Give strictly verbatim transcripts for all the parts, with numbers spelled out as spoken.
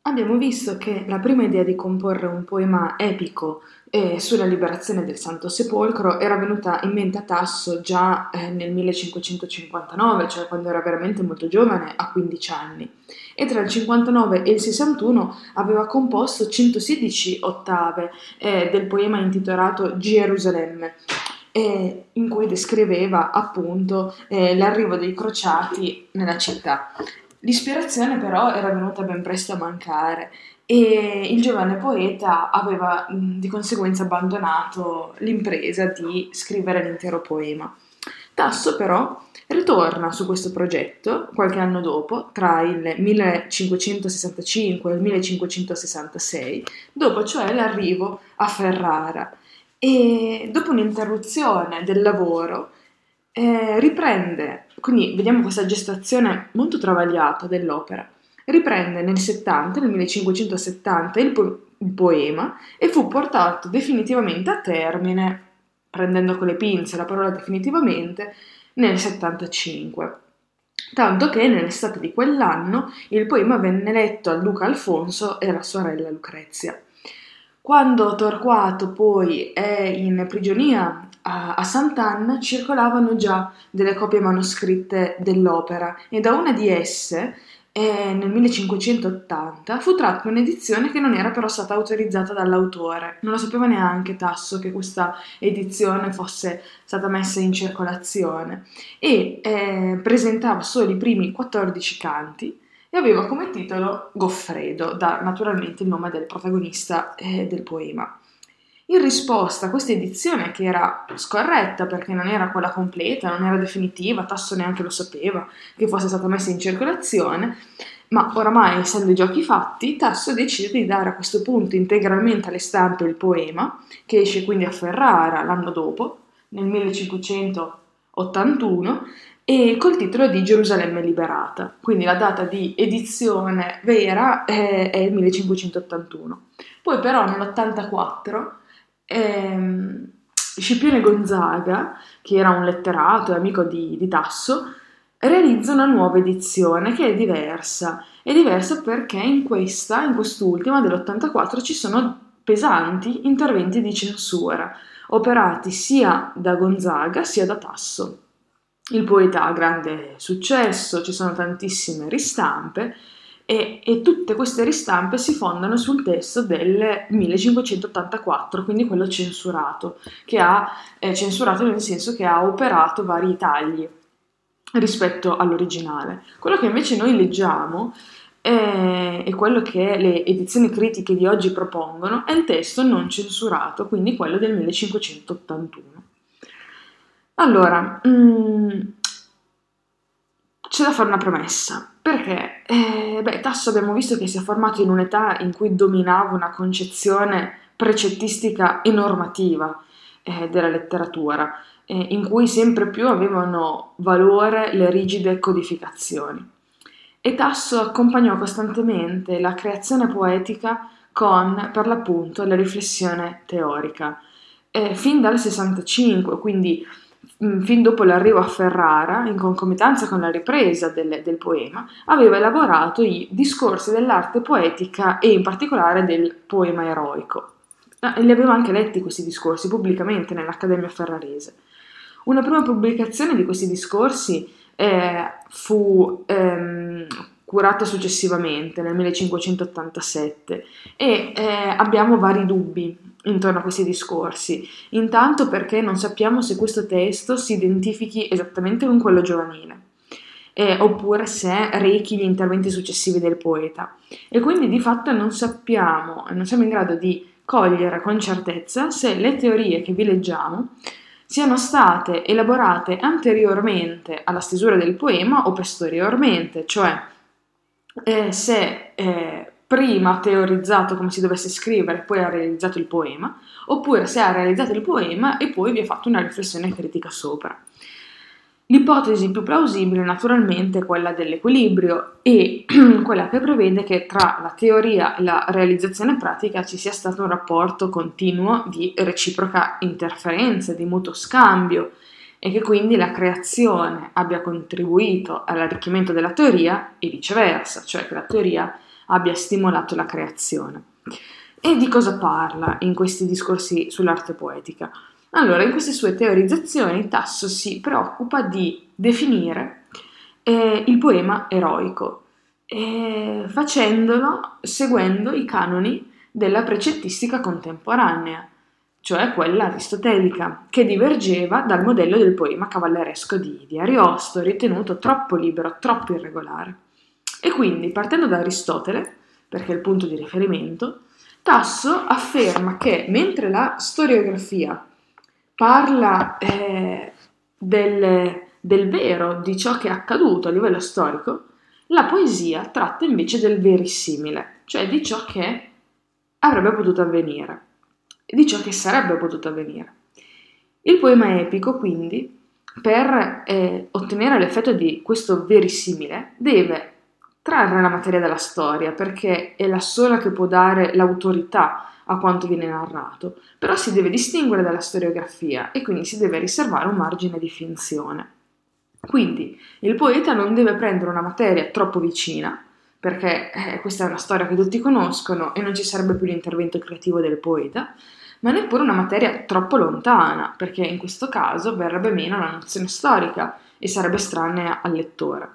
Abbiamo visto che la prima idea di comporre un poema epico eh, sulla liberazione del Santo Sepolcro era venuta in mente a Tasso già eh, nel millecinquecentocinquantanove, cioè quando era veramente molto giovane, a quindici anni. E tra il cinquantanove e il sessantuno aveva composto centosedici ottave eh, del poema intitolato Gerusalemme, eh, in cui descriveva appunto eh, l'arrivo dei crociati nella città. L'ispirazione però era venuta ben presto a mancare e il giovane poeta aveva mh, di conseguenza abbandonato l'impresa di scrivere l'intero poema. Tasso però ritorna su questo progetto qualche anno dopo, tra il millecinquecentosessantacinque e il millecinquecentosessantasei, dopo cioè l'arrivo a Ferrara, e dopo un'interruzione del lavoro eh, riprende, quindi vediamo questa gestazione molto travagliata dell'opera, riprende nel settanta, nel millecinquecentosettanta il, po- il poema e fu portato definitivamente a termine, prendendo con le pinze la parola definitivamente, nel settantacinque. Tanto che nell'estate di quell'anno il poema venne letto a Luca Alfonso e alla sorella Lucrezia. Quando Torquato poi è in prigionia a, a Sant'Anna, circolavano già delle copie manoscritte dell'opera e da una di esse, eh, nel millecinquecentottanta, fu tratta un'edizione che non era però stata autorizzata dall'autore. Non lo sapeva neanche Tasso che questa edizione fosse stata messa in circolazione e eh, presentava solo i primi quattordici canti e aveva come titolo Goffredo, da naturalmente il nome del protagonista eh, del poema. In risposta a questa edizione, che era scorretta perché non era quella completa, non era definitiva, Tasso neanche lo sapeva che fosse stata messa in circolazione, ma oramai essendo i giochi fatti, Tasso decide di dare a questo punto integralmente alle stampe il poema, che esce quindi a Ferrara l'anno dopo, nel millecinquecentottantuno, e col titolo di Gerusalemme liberata, quindi la data di edizione vera è, è il millecinquecentottantuno. Poi però nell'ottantaquattro ehm, Scipione Gonzaga, che era un letterato e amico di, di Tasso, realizza una nuova edizione che è diversa. È diversa perché in questa, in quest'ultima dell'ottantaquattro, ci sono pesanti interventi di censura, operati sia da Gonzaga sia da Tasso. Il poeta ha grande successo, ci sono tantissime ristampe e, e tutte queste ristampe si fondano sul testo del millecinquecentottantaquattro, quindi quello censurato, che ha eh, censurato nel senso che ha operato vari tagli rispetto all'originale. Quello che invece noi leggiamo è, è quello che le edizioni critiche di oggi propongono, è il testo non censurato, quindi quello del millecinquecentottantuno. Allora, mh, c'è da fare una premessa, perché eh, beh, Tasso abbiamo visto che si è formato in un'età in cui dominava una concezione precettistica e normativa eh, della letteratura, eh, in cui sempre più avevano valore le rigide codificazioni. E Tasso accompagnò costantemente la creazione poetica con, per l'appunto, la riflessione teorica. Eh, fin dal sessantacinque, quindi fin dopo l'arrivo a Ferrara, in concomitanza con la ripresa del, del poema, aveva elaborato i discorsi dell'arte poetica e in particolare del poema eroico. E li aveva anche letti questi discorsi pubblicamente nell'Accademia Ferrarese. Una prima pubblicazione di questi discorsi eh, fu ehm, curata successivamente nel millecinquecentottantasette e eh, abbiamo vari dubbi intorno a questi discorsi. Intanto perché non sappiamo se questo testo si identifichi esattamente con quello giovanile, eh, oppure se rechi gli interventi successivi del poeta. E quindi di fatto non sappiamo, non siamo in grado di cogliere con certezza se le teorie che vi leggiamo siano state elaborate anteriormente alla stesura del poema o posteriormente, cioè eh, se eh, prima ha teorizzato come si dovesse scrivere e poi ha realizzato il poema, oppure se ha realizzato il poema e poi vi ha fatto una riflessione critica sopra. L'ipotesi più plausibile naturalmente è quella dell'equilibrio e quella che prevede che tra la teoria e la realizzazione pratica ci sia stato un rapporto continuo di reciproca interferenza, di mutuo scambio, e che quindi la creazione abbia contribuito all'arricchimento della teoria e viceversa, cioè che la teoria abbia stimolato la creazione. E di cosa parla in questi discorsi sull'arte poetica? Allora, in queste sue teorizzazioni Tasso si preoccupa di definire eh, il poema eroico, eh, facendolo seguendo i canoni della precettistica contemporanea, cioè quella aristotelica, che divergeva dal modello del poema cavalleresco di, di Ariosto, ritenuto troppo libero, troppo irregolare. E quindi, partendo da Aristotele, perché è il punto di riferimento, Tasso afferma che mentre la storiografia parla eh, del, del vero, di ciò che è accaduto a livello storico, la poesia tratta invece del verosimile, cioè di ciò che avrebbe potuto avvenire, di ciò che sarebbe potuto avvenire. Il poema epico, quindi, per eh, ottenere l'effetto di questo verosimile, deve trarre la materia dalla storia, perché è la sola che può dare l'autorità a quanto viene narrato, però si deve distinguere dalla storiografia e quindi si deve riservare un margine di finzione. Quindi il poeta non deve prendere una materia troppo vicina, perché eh, questa è una storia che tutti conoscono e non ci sarebbe più l'intervento creativo del poeta, ma neppure una materia troppo lontana, perché in questo caso verrebbe meno la nozione storica e sarebbe estranea al lettore.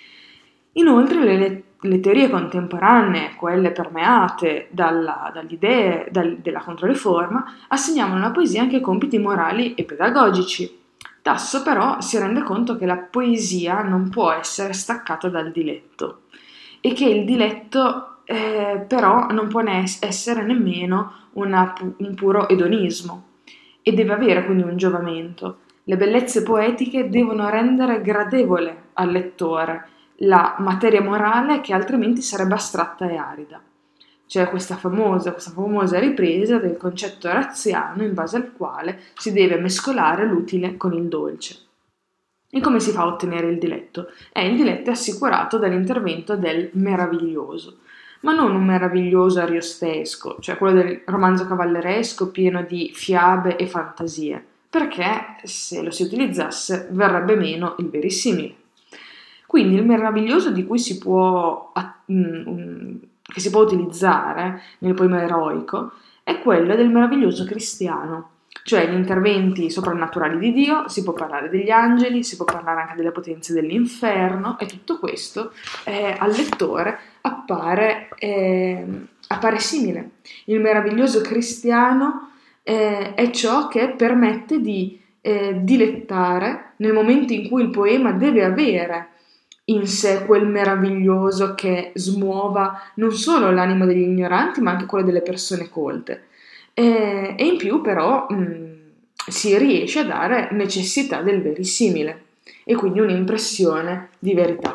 Inoltre le, le teorie contemporanee, quelle permeate dalla, dalle idee dal, della Controriforma, assegnavano alla poesia anche compiti morali e pedagogici. Tasso però si rende conto che la poesia non può essere staccata dal diletto e che il diletto eh, però non può ne essere nemmeno una, un puro edonismo e deve avere quindi un giovamento. Le bellezze poetiche devono rendere gradevole al lettore la materia morale che altrimenti sarebbe astratta e arida. C'è questa famosa, questa famosa ripresa del concetto razziano in base al quale si deve mescolare l'utile con il dolce. E come si fa a ottenere il diletto? Eh, il diletto è assicurato dall'intervento del meraviglioso, ma non un meraviglioso ariostesco, cioè quello del romanzo cavalleresco pieno di fiabe e fantasie, perché se lo si utilizzasse verrebbe meno il verosimile. Quindi il meraviglioso di cui si può, che si può utilizzare nel poema eroico è quello del meraviglioso cristiano, cioè gli interventi soprannaturali di Dio, si può parlare degli angeli, si può parlare anche delle potenze dell'inferno e tutto questo eh, al lettore appare, eh, appare simile. Il meraviglioso cristiano eh, è ciò che permette di eh, dilettare nel momento in cui il poema deve avere in sé quel meraviglioso che smuova non solo l'animo degli ignoranti ma anche quello delle persone colte e, e in più però mh, si riesce a dare necessità del verosimile e quindi un'impressione di verità.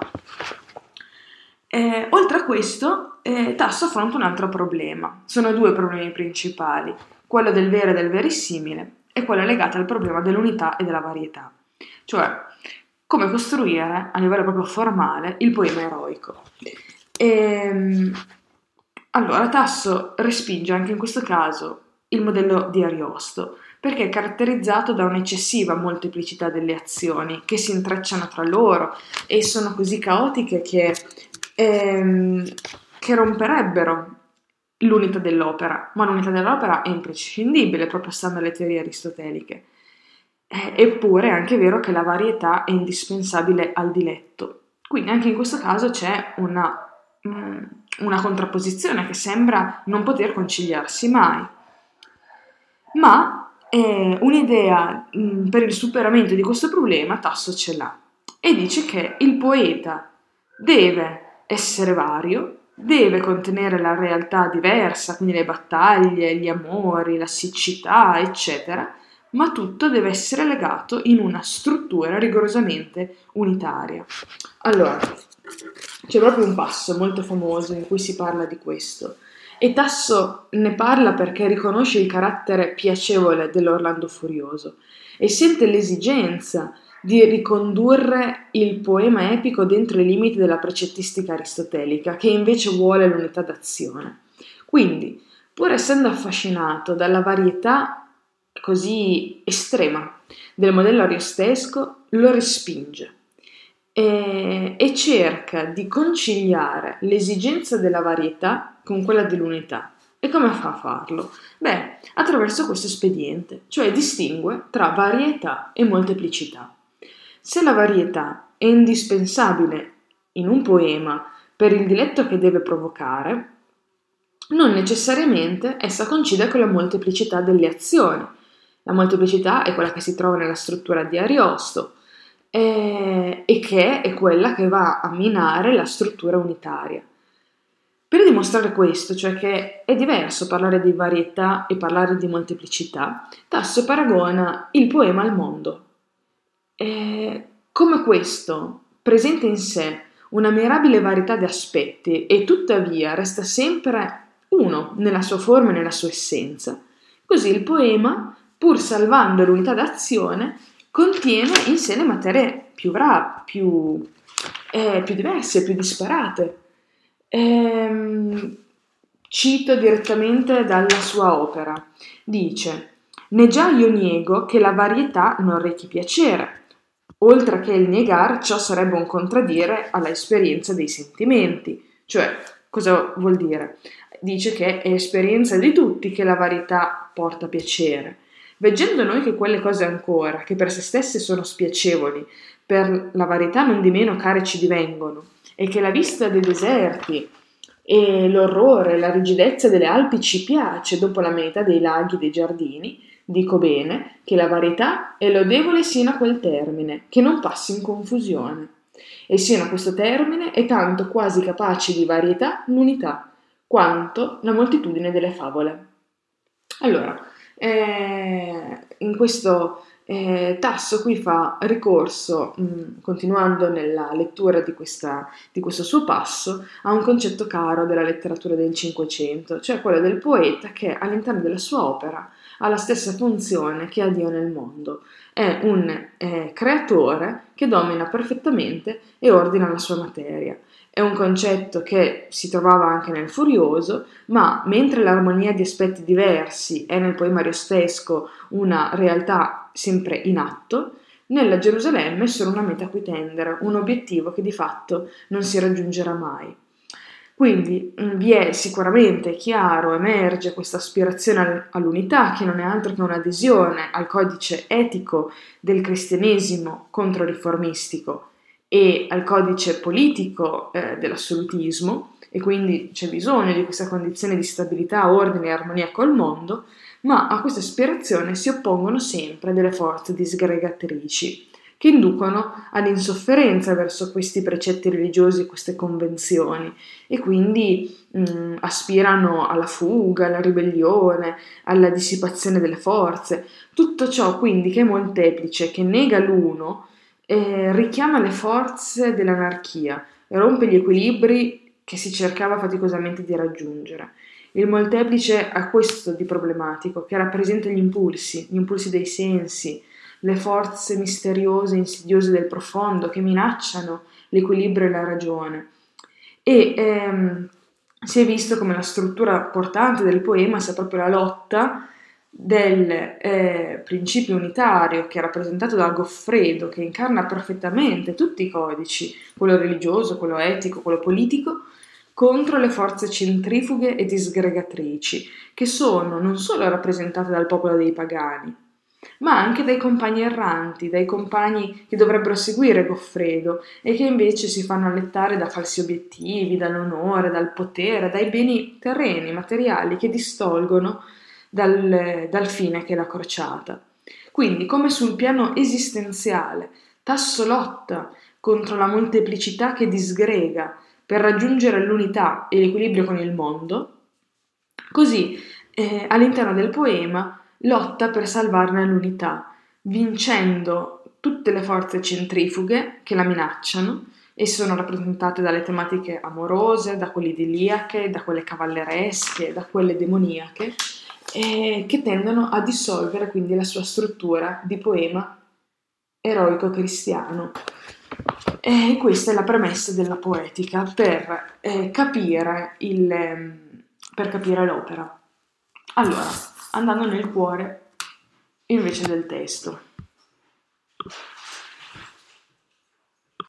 Eh, oltre a questo eh, Tasso affronta un altro problema, sono due problemi principali, quello del vero e del verosimile e quello legato al problema dell'unità e della varietà, cioè come costruire a livello proprio formale il poema eroico. E, allora Tasso respinge anche in questo caso il modello di Ariosto, perché è caratterizzato da un'eccessiva molteplicità delle azioni che si intrecciano tra loro e sono così caotiche che, ehm, che romperebbero l'unità dell'opera, ma l'unità dell'opera è imprescindibile proprio stando alle teorie aristoteliche. Eh, eppure è anche vero che la varietà è indispensabile al diletto. Quindi anche in questo caso c'è una, mm, una contrapposizione che sembra non poter conciliarsi mai. Ma eh, un'idea mh, per il superamento di questo problema Tasso ce l'ha e dice che il poeta deve essere vario, deve contenere la realtà diversa, quindi le battaglie, gli amori, la siccità, eccetera, ma tutto deve essere legato in una struttura rigorosamente unitaria. Allora, c'è proprio un passo molto famoso in cui si parla di questo e Tasso ne parla perché riconosce il carattere piacevole dell'Orlando Furioso e sente l'esigenza di ricondurre il poema epico dentro i limiti della precettistica aristotelica, che invece vuole l'unità d'azione. Quindi, pur essendo affascinato dalla varietà così estrema del modello ariostesco, lo respinge e, e cerca di conciliare l'esigenza della varietà con quella dell'unità. E come fa a farlo? Beh, attraverso questo espediente, cioè distingue tra varietà e molteplicità. Se la varietà è indispensabile in un poema per il diletto che deve provocare, non necessariamente essa coincide con la molteplicità delle azioni. La molteplicità è quella che si trova nella struttura di Ariosto eh, e che è quella che va a minare la struttura unitaria. Per dimostrare questo, cioè che è diverso parlare di varietà e parlare di molteplicità, Tasso paragona il poema al mondo. E come questo presenta in sé una mirabile varietà di aspetti e tuttavia resta sempre uno nella sua forma e nella sua essenza, così il poema, pur salvando l'unità d'azione, contiene in sé le materie più, bra- più, eh, più diverse, più disparate. Ehm, cito direttamente dalla sua opera. Dice: «Né già io niego che la varietà non rechi piacere, oltre che il negar ciò sarebbe un contraddire alla esperienza dei sentimenti». Cioè, cosa vuol dire? Dice che è esperienza di tutti che la varietà porta piacere. Veggendo noi che quelle cose ancora, che per se stesse sono spiacevoli, per la varietà non di meno care ci divengono, e che la vista dei deserti e l'orrore, la rigidezza delle Alpi ci piace dopo l'amenità dei laghi e dei giardini, dico bene che la varietà è lodevole sino a quel termine, che non passi in confusione. E sino a questo termine è tanto quasi capace di varietà l'unità, quanto la moltitudine delle favole. Allora, eh, in questo eh, Tasso qui fa ricorso, mh, continuando nella lettura di, questa, di questo suo passo, a un concetto caro della letteratura del Cinquecento, cioè quello del poeta che all'interno della sua opera ha la stessa funzione che ha Dio nel mondo. È un eh, creatore che domina perfettamente e ordina la sua materia. È un concetto che si trovava anche nel Furioso, ma mentre l'armonia di aspetti diversi è nel poema ariostesco una realtà sempre in atto, nella Gerusalemme è solo una meta a cui tendere, un obiettivo che di fatto non si raggiungerà mai. Quindi vi è sicuramente chiaro, emerge questa aspirazione all'unità che non è altro che un'adesione al codice etico del cristianesimo controriformistico e al codice politico eh, dell'assolutismo, e quindi c'è bisogno di questa condizione di stabilità, ordine e armonia col mondo, ma a questa aspirazione si oppongono sempre delle forze disgregatrici che inducono all'insofferenza verso questi precetti religiosi, queste convenzioni, e quindi mh, aspirano alla fuga, alla ribellione, alla dissipazione delle forze. Tutto ciò quindi che è molteplice, che nega l'uno, eh, richiama le forze dell'anarchia e rompe gli equilibri che si cercava faticosamente di raggiungere. Il molteplice ha questo di problematico, che rappresenta gli impulsi, gli impulsi dei sensi, le forze misteriose e insidiose del profondo che minacciano l'equilibrio e la ragione. E ehm, si è visto come la struttura portante del poema sia proprio la lotta del eh, principio unitario che è rappresentato da Goffredo, che incarna perfettamente tutti i codici, quello religioso, quello etico, quello politico, contro le forze centrifughe e disgregatrici, che sono non solo rappresentate dal popolo dei pagani, ma anche dai compagni erranti, dai compagni che dovrebbero seguire Goffredo e che invece si fanno allettare da falsi obiettivi, dall'onore, dal potere, dai beni terreni, materiali che distolgono dal, dal fine che è la crociata. Quindi, come sul piano esistenziale, Tasso lotta contro la molteplicità che disgrega per raggiungere l'unità e l'equilibrio con il mondo, così eh, all'interno del poema lotta per salvarne l'unità, vincendo tutte le forze centrifughe che la minacciano e sono rappresentate dalle tematiche amorose, da quelle idilliache, da quelle cavalleresche, da quelle demoniache, eh, che tendono a dissolvere quindi la sua struttura di poema eroico cristiano. E questa è la premessa della poetica per eh, capire il, per capire l'opera. Allora, andando nel cuore invece del testo.